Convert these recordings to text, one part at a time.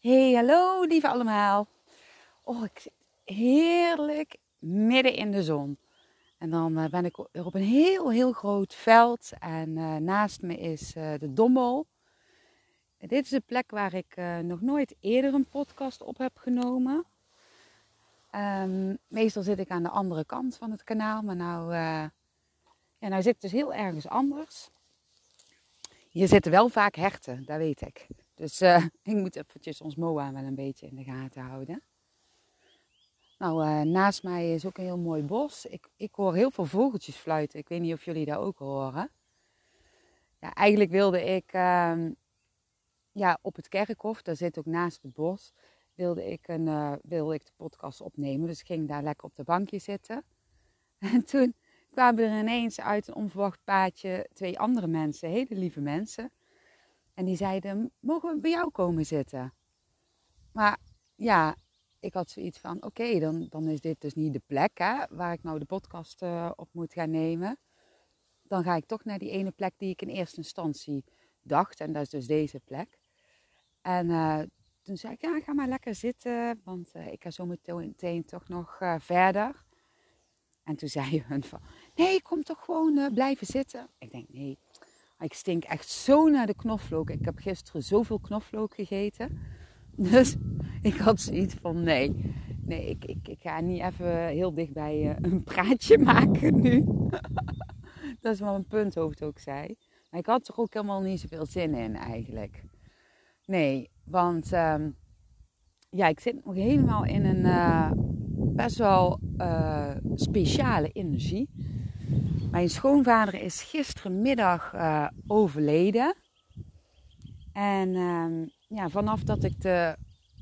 Hey, hallo lieve allemaal. Oh, ik zit heerlijk midden in de zon. En dan ben ik op een heel groot veld. En naast me is de Dommel. Dit is de plek waar ik nog nooit eerder een podcast op heb genomen. Meestal zit ik aan de andere kant van het kanaal. Maar nou zit ik dus heel ergens anders. Hier zitten wel vaak herten, dat weet ik. Dus ik moet eventjes ons MOA wel een beetje in de gaten houden. Nou, naast mij is ook een heel mooi bos. Ik hoor heel veel vogeltjes fluiten. Ik weet niet of jullie dat ook horen. Ja, eigenlijk wilde ik op het kerkhof, daar zit ook naast het bos, wilde ik de podcast opnemen. Dus ik ging daar lekker op de bankje zitten. En toen kwamen er ineens uit een onverwacht paadje 2 andere mensen, hele lieve mensen. En die zeiden, mogen we bij jou komen zitten? Maar ja, ik had zoiets van, oké, dan is dit dus niet de plek waar ik nou de podcast op moet gaan nemen. Dan ga ik toch naar die ene plek die ik in eerste instantie dacht. En dat is dus deze plek. En toen zei ik, ja, ga maar lekker zitten, want ik ga zo meteen toch nog verder. En toen zei hun van, nee, kom toch gewoon blijven zitten. Ik denk, nee, ik stink echt zo naar de knoflook. Ik heb gisteren zoveel knoflook gegeten. Dus ik had zoiets van, nee, ik ga niet even heel dichtbij een praatje maken nu. Dat is wel een punthoofd ook zei. Maar ik had er ook helemaal niet zoveel zin in eigenlijk. Nee, want ik zit nog helemaal in een best wel speciale energie. Mijn schoonvader is gisterenmiddag overleden. En vanaf dat ik de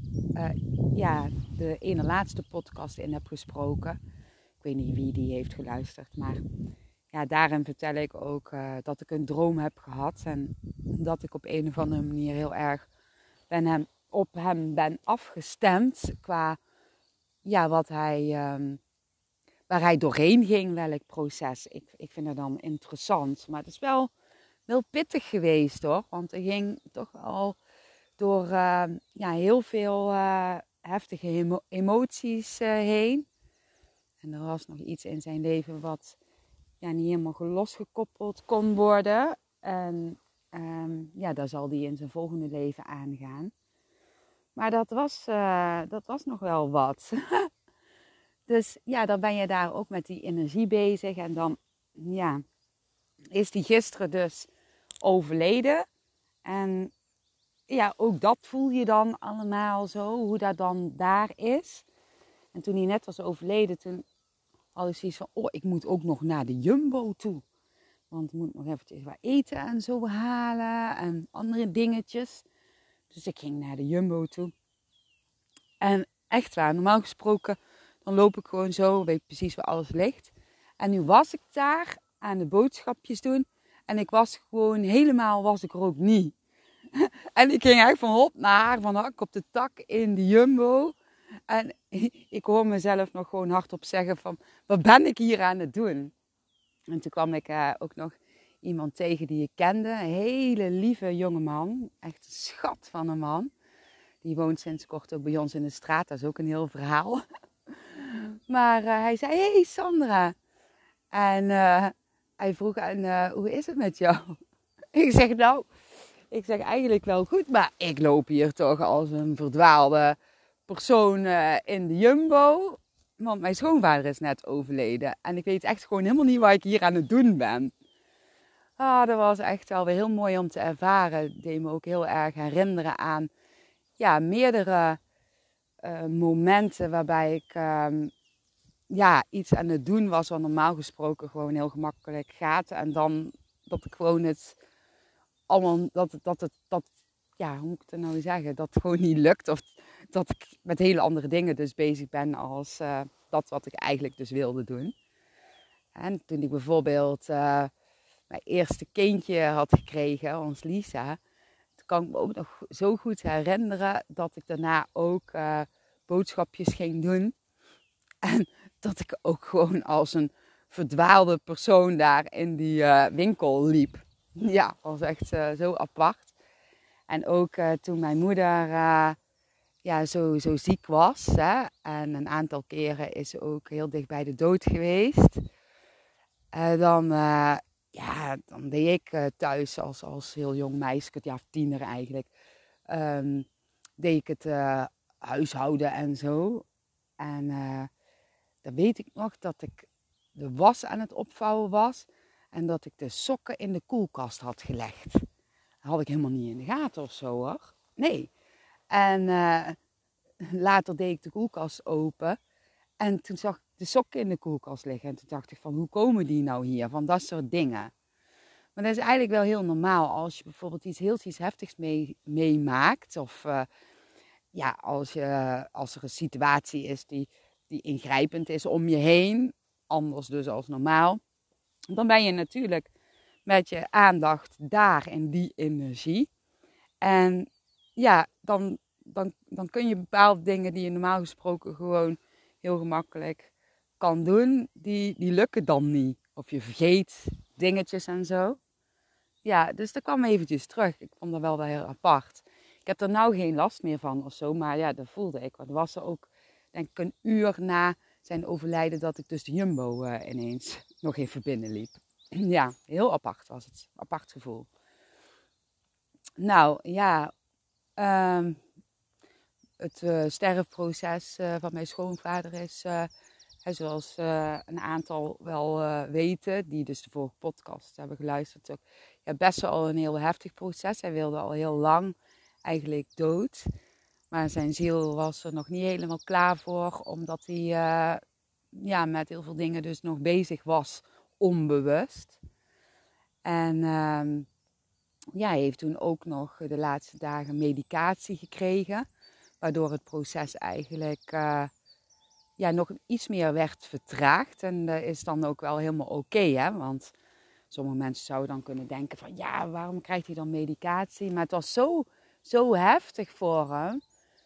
ene laatste podcast in heb gesproken. Ik weet niet wie die heeft geluisterd. Maar ja, daarin vertel ik ook dat ik een droom heb gehad. En dat ik op een of andere manier heel erg op hem ben afgestemd. Qua wat hij, waar hij doorheen ging, welk proces. Ik vind dat dan interessant. Maar het is wel pittig geweest hoor. Want er ging toch wel door heel veel heftige emoties heen. En er was nog iets in zijn leven wat niet helemaal losgekoppeld kon worden. En daar zal hij in zijn volgende leven aangaan. Maar dat was nog wel wat. Dus ja, dan ben je daar ook met die energie bezig. En dan is die gisteren dus overleden. En ja, ook dat voel je dan allemaal zo, hoe dat dan daar is. En toen hij net was overleden, toen had ik zoiets van, ik moet ook nog naar de Jumbo toe. Want ik moet nog eventjes wat eten en zo halen en andere dingetjes. Dus ik ging naar de Jumbo toe. En echt waar, normaal gesproken, dan loop ik gewoon zo, weet precies waar alles ligt. En nu was ik daar aan de boodschapjes doen. En ik was gewoon was ik er ook niet. En ik ging echt van hop naar van hak op de tak in de Jumbo. En ik hoor mezelf nog gewoon hardop zeggen van, wat ben ik hier aan het doen? En toen kwam ik ook nog iemand tegen die ik kende. Een hele lieve jonge man. Echt een schat van een man. Die woont sinds kort ook bij ons in de straat. Dat is ook een heel verhaal. Maar hij zei, hey Sandra. En hij vroeg, hoe is het met jou? Ik zeg eigenlijk wel goed. Maar ik loop hier toch als een verdwaalde persoon in de Jumbo. Want mijn schoonvader is net overleden. En ik weet echt gewoon helemaal niet wat ik hier aan het doen ben. Dat was echt wel weer heel mooi om te ervaren. Het deed me ook heel erg herinneren aan meerdere momenten waarbij ik iets aan het doen was wat normaal gesproken gewoon heel gemakkelijk gaat. En dan dat ik gewoon het allemaal, hoe moet ik het nou zeggen, dat het gewoon niet lukt. Of dat ik met hele andere dingen dus bezig ben als dat wat ik eigenlijk dus wilde doen. En toen ik bijvoorbeeld mijn eerste kindje had gekregen, ons Lisa, toen kan ik me ook nog zo goed herinneren dat ik daarna ook boodschapjes ging doen. En dat ik ook gewoon als een verdwaalde persoon daar in die winkel liep. Ja, was echt zo apart. En ook toen mijn moeder zo ziek was. Hè? En een aantal keren is ze ook heel dicht bij de dood geweest. Dan deed ik thuis als heel jong meisje, of tiener eigenlijk, deed ik het huishouden en zo. En dan weet ik nog dat ik de was aan het opvouwen was en dat ik de sokken in de koelkast had gelegd. Dat had ik helemaal niet in de gaten of zo hoor. Nee. En later deed ik de koelkast open en toen zag ik de sokken in de koelkast liggen. En toen dacht ik van, hoe komen die nou hier? Van dat soort dingen. Maar dat is eigenlijk wel heel normaal als je bijvoorbeeld iets heftigs meemaakt. Of als er een situatie is die ingrijpend is om je heen. Anders dus als normaal. Dan ben je natuurlijk met je aandacht daar in die energie. En ja, dan kun je bepaalde dingen die je normaal gesproken gewoon heel gemakkelijk kan doen, die lukken dan niet. Of je vergeet dingetjes en zo. Ja, dus dat kwam eventjes terug. Ik vond dat wel heel apart. Ik heb er nou geen last meer van of zo, maar ja, dat voelde ik. Want er was er ook, denk ik, een uur na zijn overlijden dat ik dus de Jumbo ineens nog even binnenliep. Ja, heel apart was het. Apart gevoel. Nou, ja, het sterfproces van mijn schoonvader is, zoals een aantal wel weten, die dus de vorige podcast hebben geluisterd, ook, ja, best wel een heel heftig proces. Hij wilde al heel lang eigenlijk dood. Maar zijn ziel was er nog niet helemaal klaar voor, omdat hij met heel veel dingen dus nog bezig was, onbewust. En hij heeft toen ook nog de laatste dagen medicatie gekregen, waardoor het proces eigenlijk nog iets meer werd vertraagd. En dat is dan ook wel helemaal oké, hè? Want sommige mensen zouden dan kunnen denken van, ja, waarom krijgt hij dan medicatie? Maar het was zo heftig voor hem.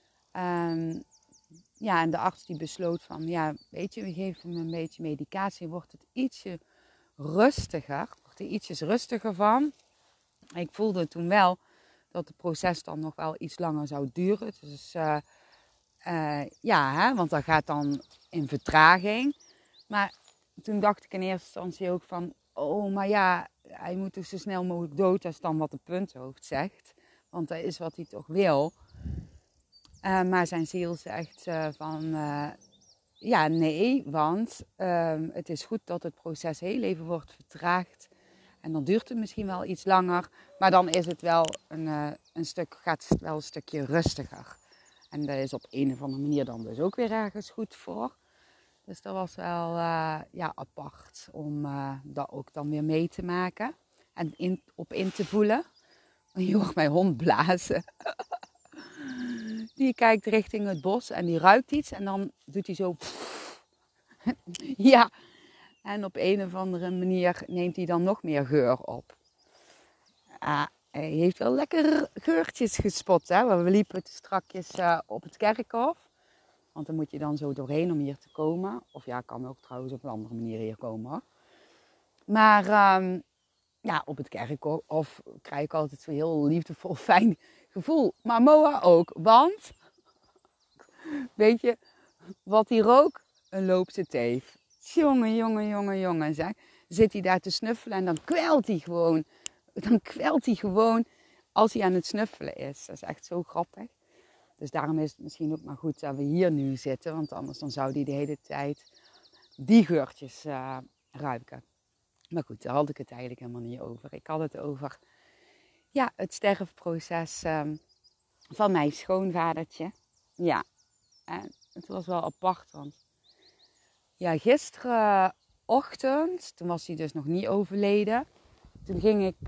En de arts die besloot van, ja, weet je, we geven hem een beetje medicatie, wordt het ietsje rustiger. Wordt er ietsjes rustiger van. Ik voelde toen wel dat het proces dan nog wel iets langer zou duren. Dus want dat gaat dan in vertraging. Maar toen dacht ik in eerste instantie ook van, oh, maar ja, hij moet dus zo snel mogelijk dood. Dat is dan wat de punthoofd zegt. Want dat is wat hij toch wil. Maar zijn ziel zegt nee, want het is goed dat het proces heel even wordt vertraagd. En dan duurt het misschien wel iets langer, maar dan is het wel gaat het wel een stukje rustiger. En dat is op een of andere manier dan dus ook weer ergens goed voor. Dus dat was wel apart om dat ook dan weer mee te maken en op in te voelen. Je hoort mijn hond blazen. Die kijkt richting het bos en die ruikt iets en dan doet hij zo. Ja, en op een of andere manier neemt hij dan nog meer geur op. Hij heeft wel lekker geurtjes gespot. Hè? We liepen strakjes op het kerkhof. Want dan moet je dan zo doorheen om hier te komen. Of ja, kan ook trouwens op een andere manier hier komen. Hoor. Maar op het kerkhof krijg ik altijd zo'n heel liefdevol, fijn gevoel. Maar Moa ook. Want, weet je wat hij rook? Een loopse teef. Jongen, zeg. Zit hij daar te snuffelen en dan kwelt hij gewoon. Dan kwelt hij gewoon als hij aan het snuffelen is. Dat is echt zo grappig. Dus daarom is het misschien ook maar goed dat we hier nu zitten. Want anders dan zou hij de hele tijd die geurtjes ruiken. Maar goed, daar had ik het eigenlijk helemaal niet over. Ik had het over het sterfproces van mijn schoonvadertje. Ja, en het was wel apart. Want ja, gisterenochtend, toen was hij dus nog niet overleden. Toen ging ik,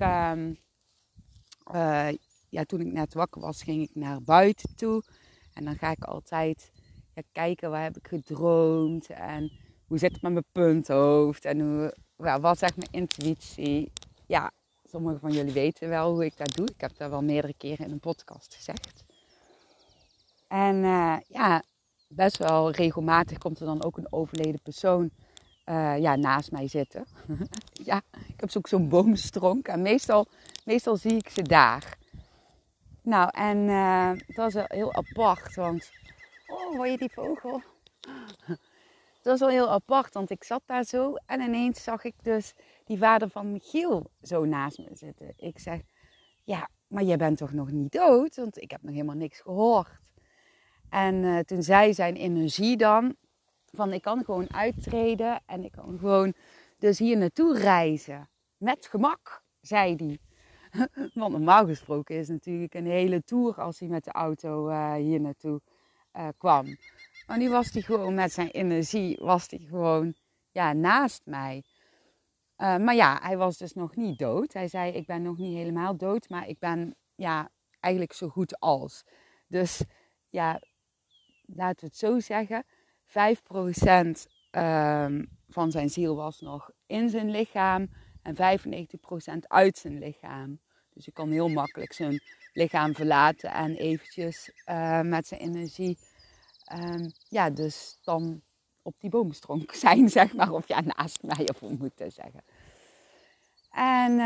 toen ik net wakker was, ging ik naar buiten toe. En dan ga ik altijd kijken, waar heb ik gedroomd? En hoe zit het met mijn punthoofd? En wat zegt mijn intuïtie? Ja, sommigen van jullie weten wel hoe ik dat doe. Ik heb dat wel meerdere keren in een podcast gezegd. En best wel regelmatig komt er dan ook een overleden persoon naast mij zitten. Ja, ik heb ook zo'n boomstronk en meestal zie ik ze daar. Nou, en het was wel heel apart, want... Oh, hoor je die vogel? Het was wel heel apart, want ik zat daar zo en ineens zag ik dus die vader van Michiel zo naast me zitten. Ik zeg, ja, maar jij bent toch nog niet dood? Want ik heb nog helemaal niks gehoord. En toen zei zijn energie dan, van ik kan gewoon uittreden en ik kan gewoon dus hier naartoe reizen. Met gemak, zei hij. Want normaal gesproken is het natuurlijk een hele tour als hij met de auto hier naartoe kwam. Maar nu was hij gewoon met zijn energie, was hij gewoon naast mij. Maar ja, hij was dus nog niet dood. Hij zei, ik ben nog niet helemaal dood, maar ik ben eigenlijk zo goed als. Dus ja, laten we het zo zeggen, 5% van zijn ziel was nog in zijn lichaam en 95% uit zijn lichaam. Dus je kan heel makkelijk zijn lichaam verlaten en eventjes met zijn energie dus dan op die boomstronk zijn, zeg maar. Of naast mij, of hoe moet ik dat zeggen. En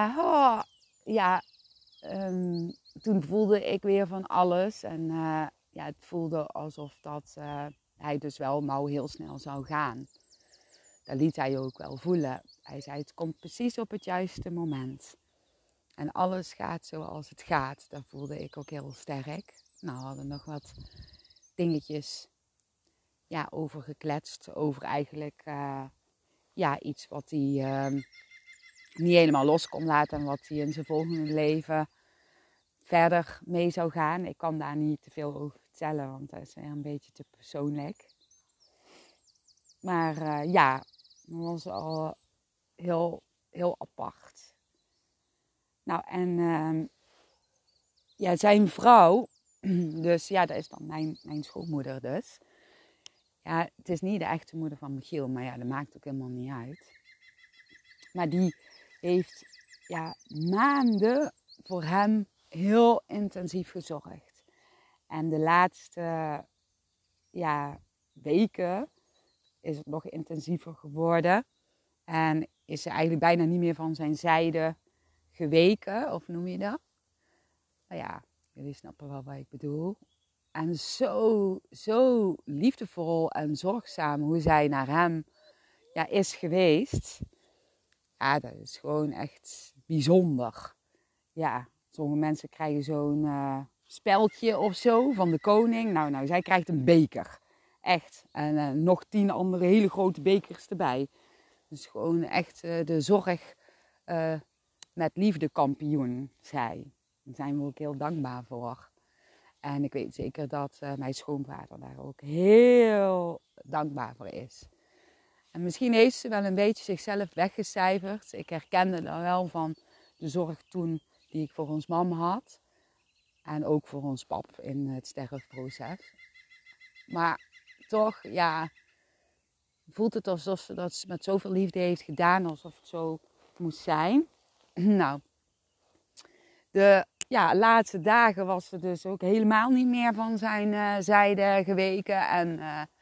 toen voelde ik weer van alles. En het voelde alsof dat hij dus wel heel snel zou gaan. Dat liet hij ook wel voelen. Hij zei, het komt precies op het juiste moment. En alles gaat zoals het gaat. Dat voelde ik ook heel sterk. Nou, we hadden nog wat dingetjes over gekletst. Over eigenlijk iets wat hij niet helemaal los kon laten. En wat hij in zijn volgende leven verder mee zou gaan. Ik kan daar niet te veel over vertellen, want dat is een beetje te persoonlijk. Maar dat was al heel, heel apart. Nou, en zijn vrouw, dus dat is dan mijn schoonmoeder dus. Ja, het is niet de echte moeder van Michiel, maar dat maakt ook helemaal niet uit. Maar die heeft maanden voor hem heel intensief gezorgd. En de laatste weken is het nog intensiever geworden. En is ze eigenlijk bijna niet meer van zijn zijde geweken, of noem je dat? Nou ja, jullie snappen wel wat ik bedoel. En zo liefdevol en zorgzaam hoe zij naar hem is geweest. Ja, dat is gewoon echt bijzonder. Ja, sommige mensen krijgen zo'n speldje of zo van de koning. Nou, zij krijgt een beker. Echt. En nog 10 andere hele grote bekers erbij. Dus gewoon echt de zorg met liefde kampioen, zij. Daar zijn we ook heel dankbaar voor. En ik weet zeker dat mijn schoonvader daar ook heel dankbaar voor is. En misschien heeft ze wel een beetje zichzelf weggecijferd. Ik herkende dat wel van de zorg toen die ik voor ons mam had. En ook voor ons pap in het sterfproces. Maar toch, voelt het alsof ze dat met zoveel liefde heeft gedaan. Alsof het zo moest zijn. Nou, de laatste dagen was ze dus ook helemaal niet meer van zijn zijde geweken. En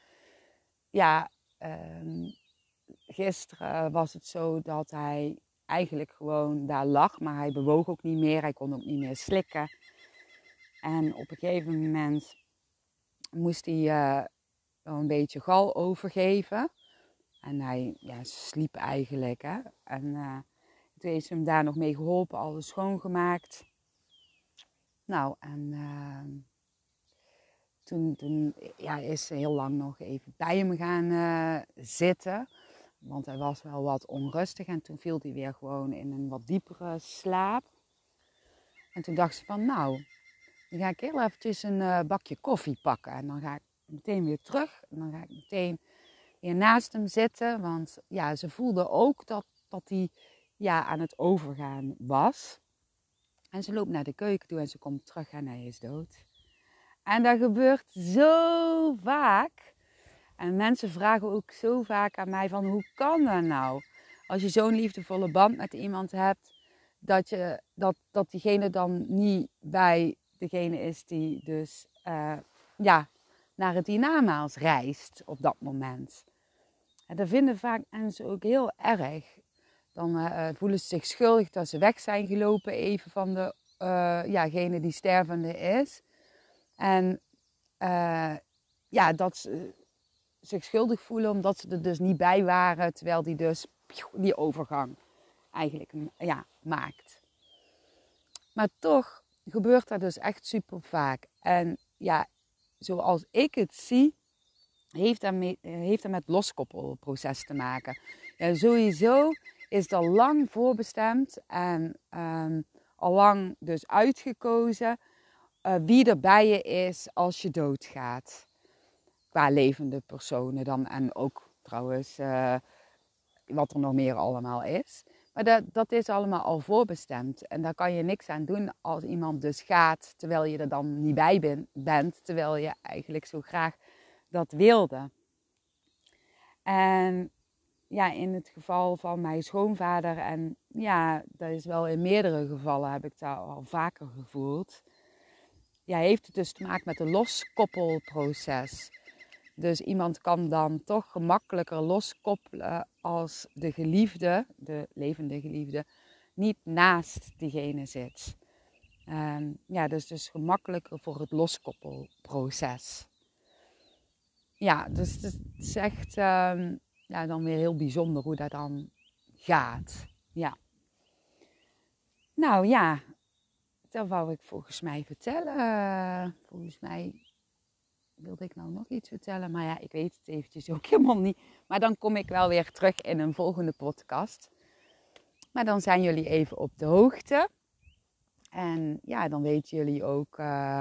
gisteren was het zo dat hij eigenlijk gewoon daar lag. Maar hij bewoog ook niet meer. Hij kon ook niet meer slikken. En op een gegeven moment moest hij wel een beetje gal overgeven. En hij sliep eigenlijk. Hè? En toen heeft ze hem daar nog mee geholpen. Alles schoongemaakt. Nou, en toen is ze heel lang nog even bij hem gaan zitten. Want hij was wel wat onrustig. En toen viel hij weer gewoon in een wat diepere slaap. En toen dacht ze van, nou, dan ga ik heel eventjes een bakje koffie pakken. En dan ga ik meteen weer terug. En dan ga ik meteen weer naast hem zitten. Want ze voelde ook dat hij aan het overgaan was. En ze loopt naar de keuken toe en ze komt terug en hij is dood. En dat gebeurt zo vaak. En mensen vragen ook zo vaak aan mij van, hoe kan dat nou? Als je zo'n liefdevolle band met iemand hebt, dat diegene dan niet bij degene is die dus naar het hiernamaals reist op dat moment. En dat vinden vaak mensen ook heel erg. Dan voelen ze zich schuldig dat ze weg zijn gelopen even van de degene die stervende is. En dat ze zich schuldig voelen omdat ze er dus niet bij waren. Terwijl die dus die overgang eigenlijk maakt. Maar toch gebeurt dat dus echt super vaak. En ja, zoals ik het zie, heeft dat met loskoppelproces te maken. Ja, sowieso is het al lang voorbestemd en al lang dus uitgekozen wie er bij je is als je doodgaat. Qua levende personen dan en ook trouwens wat er nog meer allemaal is. Maar dat is allemaal al voorbestemd. En daar kan je niks aan doen als iemand dus gaat terwijl je er dan niet bij bent. Terwijl je eigenlijk zo graag dat wilde. En ja, in het geval van mijn schoonvader, en ja, dat is wel in meerdere gevallen heb ik dat al vaker gevoeld. Ja, heeft het dus te maken met een loskoppelproces. Dus iemand kan dan toch gemakkelijker loskoppelen als de geliefde, de levende geliefde, niet naast diegene zit. Dus gemakkelijker voor het loskoppelproces. Ja, dus het is echt dan weer heel bijzonder hoe dat dan gaat. Ja. Nou ja, dat wou ik volgens mij vertellen. Volgens mij wilde ik nou nog iets vertellen, maar ja, ik weet het eventjes ook helemaal niet. Maar dan kom ik wel weer terug in een volgende podcast. Maar dan zijn jullie even op de hoogte. En ja, dan weten jullie ook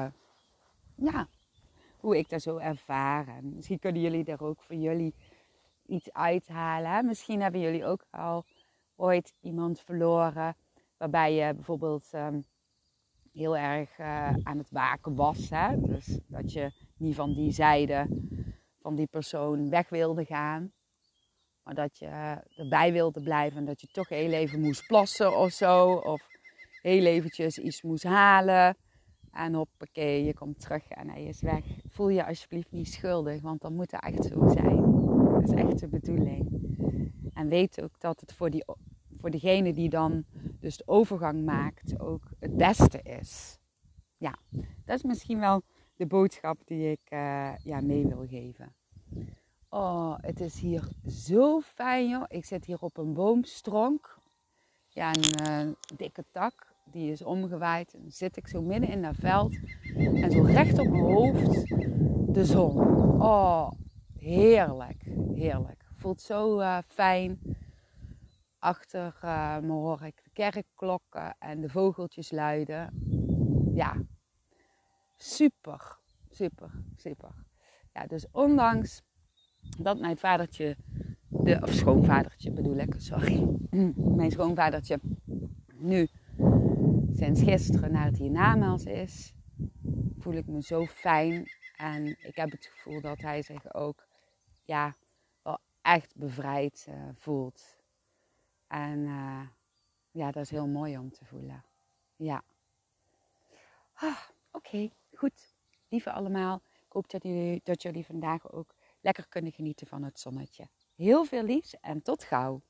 hoe ik dat zo ervaar. En misschien kunnen jullie daar ook voor jullie iets uithalen. Hè? Misschien hebben jullie ook al ooit iemand verloren waarbij je bijvoorbeeld heel erg aan het waken was. Hè? Dus dat je niet van die zijde van die persoon weg wilde gaan. Maar dat je erbij wilde blijven en dat je toch heel even moest plassen of zo. Of heel eventjes iets moest halen. En hoppakee, je komt terug en hij is weg. Voel je alsjeblieft niet schuldig, want dan moet het echt zo zijn. Dat is echt de bedoeling. En weet ook dat het voor degene die dan dus de overgang maakt ook het beste is. Ja, dat is misschien wel de boodschap die ik mee wil geven. Oh, het is hier zo fijn, joh. Ik zit hier op een boomstronk. Ja, een dikke tak. Die is omgewaaid. En dan zit ik zo midden in dat veld. En zo recht op mijn hoofd de zon. Oh, heerlijk. Heerlijk. Voelt zo fijn. Achter me hoor ik de kerkklokken en de vogeltjes luiden. Ja, super, super, super. Ja, dus ondanks dat mijn vadertje, of schoonvadertje bedoel ik, sorry. Mijn schoonvadertje nu sinds gisteren naar het hiernamaals is, voel ik me zo fijn. En ik heb het gevoel dat hij zich ook wel echt bevrijd voelt. En dat is heel mooi om te voelen. Ja. Oké, goed. Lieve allemaal. Ik hoop dat jullie vandaag ook lekker kunnen genieten van het zonnetje. Heel veel liefs en tot gauw.